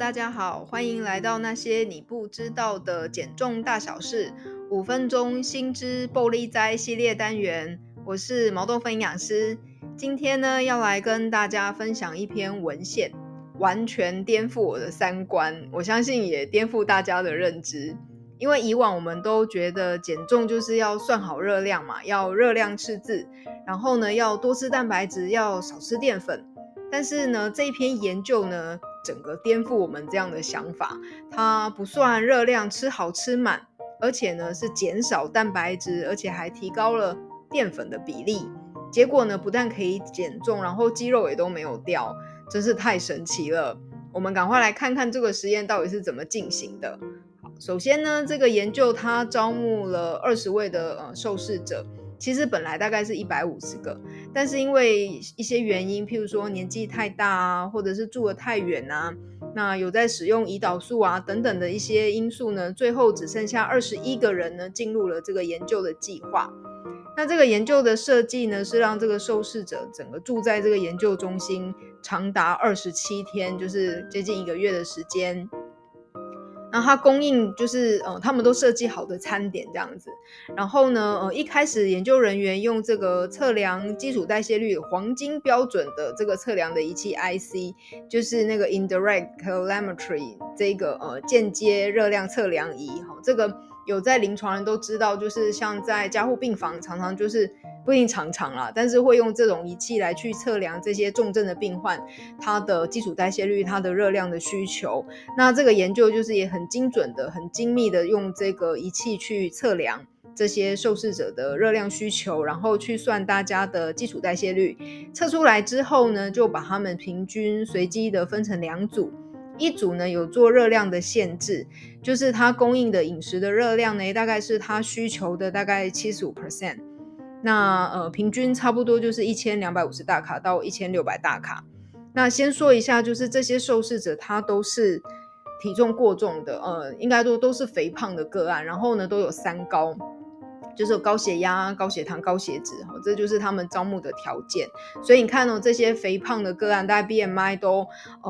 大家好，欢迎来到那些你不知道的减重大小事，5分钟新知暴力斋系列单元。我是毛豆芬营养师，今天呢要来跟大家分享一篇文献，完全颠覆我的三观，我相信也颠覆大家的认知。因为以往我们都觉得减重就是要算好热量嘛，要热量赤字，然后呢要多吃蛋白质，要少吃淀粉。但是呢，这一篇研究呢，整个颠覆我们这样的想法。它不算热量，吃好吃满，而且呢是减少蛋白质，而且还提高了淀粉的比例。结果呢，不但可以减重，然后肌肉也都没有掉，真是太神奇了。我们赶快来看看这个实验到底是怎么进行的。首先呢，这个研究它招募了20位的受试者。其实本来大概是150个，但是因为一些原因，譬如说年纪太大啊，或者是住得太远啊，那有在使用胰岛素啊等等的一些因素呢，最后只剩下21个人呢进入了这个研究的计划。那这个研究的设计呢，是让这个受试者整个住在这个研究中心长达27天，就是接近1个月的时间。然后它供应就是他们都设计好的餐点这样子。然后呢一开始研究人员用这个测量基础代谢率黄金标准的这个测量的仪器 IC， 就是那个 Indirect Calorimetry 这个间接热量测量仪。这个有在临床人都知道，就是像在加护病房常常就是不一定常常啦，但是会用这种仪器来去测量这些重症的病患他的基础代谢率，他的热量的需求。那这个研究就是也很精准的很精密的用这个仪器去测量这些受试者的热量需求，然后去算大家的基础代谢率。测出来之后呢，就把他们平均随机的分成2组。一组呢有做热量的限制，就是它供应的饮食的热量呢大概是它需求的大概 75%。那平均差不多就是1250大卡到1600大卡。那先说一下，就是这些受试者他都是体重过重的，应该都是肥胖的个案，然后呢都有3高，就是有高血压、高血糖、高血脂，这就是他们招募的条件。所以你看这些肥胖的个案大概 BMI 都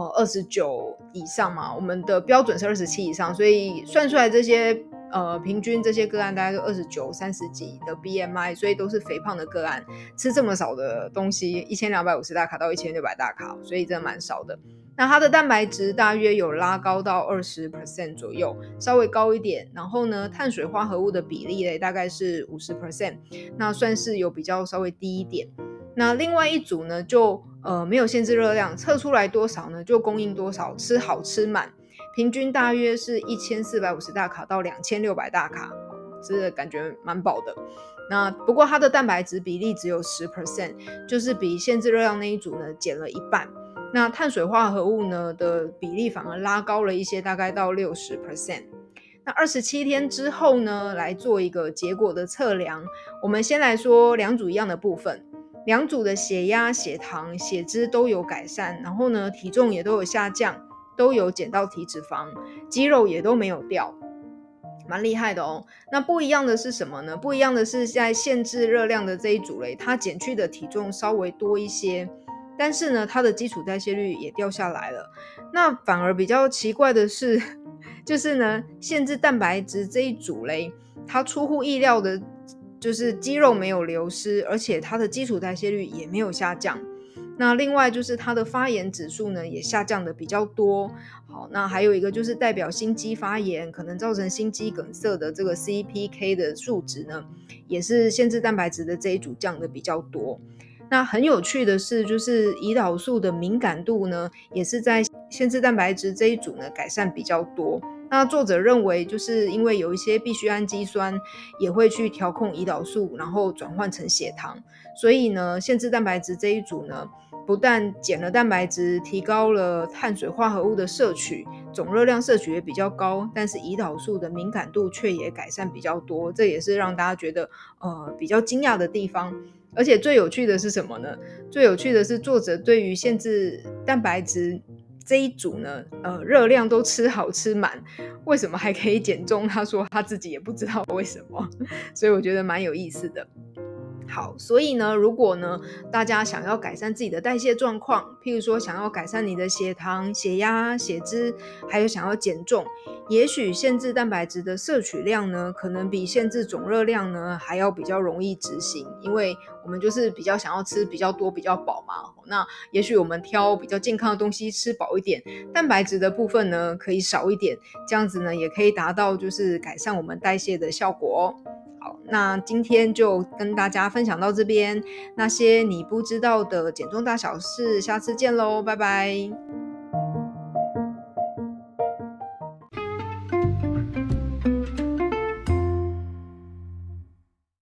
29以上嘛，我们的标准是27以上，所以算出来这些平均这些个案大概都29、30几的 BMI， 所以都是肥胖的个案。吃这么少的东西，1250大卡到1600大卡，所以真的蛮少的。那它的蛋白质大约有拉高到 20% 左右，稍微高一点。然后呢，碳水化合物的比例呢大概是 50%， 那算是有比较稍微低一点。那另外一组呢就没有限制热量，测出来多少呢就供应多少，吃好吃满，平均大约是1450大卡到2600大卡，这感觉蛮饱的。那不过它的蛋白质比例只有 10%， 就是比限制热量那一组呢减了一半。那碳水化合物呢的比例反而拉高了一些，大概到 60%。 那27天之后呢来做一个结果的测量。我们先来说2组一样的部分。2组的血压、血糖、血脂都有改善，然后呢体重也都有下降，都有减到体脂肪，肌肉也都没有掉，蛮厉害的哦。那不一样的是什么呢？不一样的是在限制热量的这一组它减去的体重稍微多一些，但是呢它的基础代谢率也掉下来了。那反而比较奇怪的是就是呢限制蛋白质这一组它出乎意料的就是肌肉没有流失，而且它的基础代谢率也没有下降。那另外就是它的发炎指数呢也下降的比较多。好，那还有一个就是代表心肌发炎可能造成心肌梗塞的这个 CPK 的数值呢，也是限制蛋白质的这一组降的比较多。那很有趣的是，就是胰岛素的敏感度呢，也是在限制蛋白质这一组呢改善比较多。那作者认为，就是因为有一些必需氨基酸也会去调控胰岛素，然后转换成血糖，所以呢，限制蛋白质这一组呢，不但减了蛋白质，提高了碳水化合物的摄取，总热量摄取也比较高，但是胰岛素的敏感度却也改善比较多，这也是让大家觉得比较惊讶的地方。而且最有趣的是什么呢？最有趣的是作者对于限制蛋白质这一组呢，热量都吃好吃满，为什么还可以减重？他说他自己也不知道为什么，所以我觉得蛮有意思的。 好，所以呢，如果呢大家想要改善自己的代谢状况，譬如说想要改善你的血糖、血压、血脂，还有想要减重，也许限制蛋白质的摄取量呢，可能比限制总热量呢还要比较容易执行，因为我们就是比较想要吃比较多、比较饱嘛。那也许我们挑比较健康的东西吃饱一点，蛋白质的部分呢可以少一点，这样子呢也可以达到就是改善我们代谢的效果哦。好，那今天就跟大家分享到这边，那些你不知道的减重大小事，下次见喽，拜拜。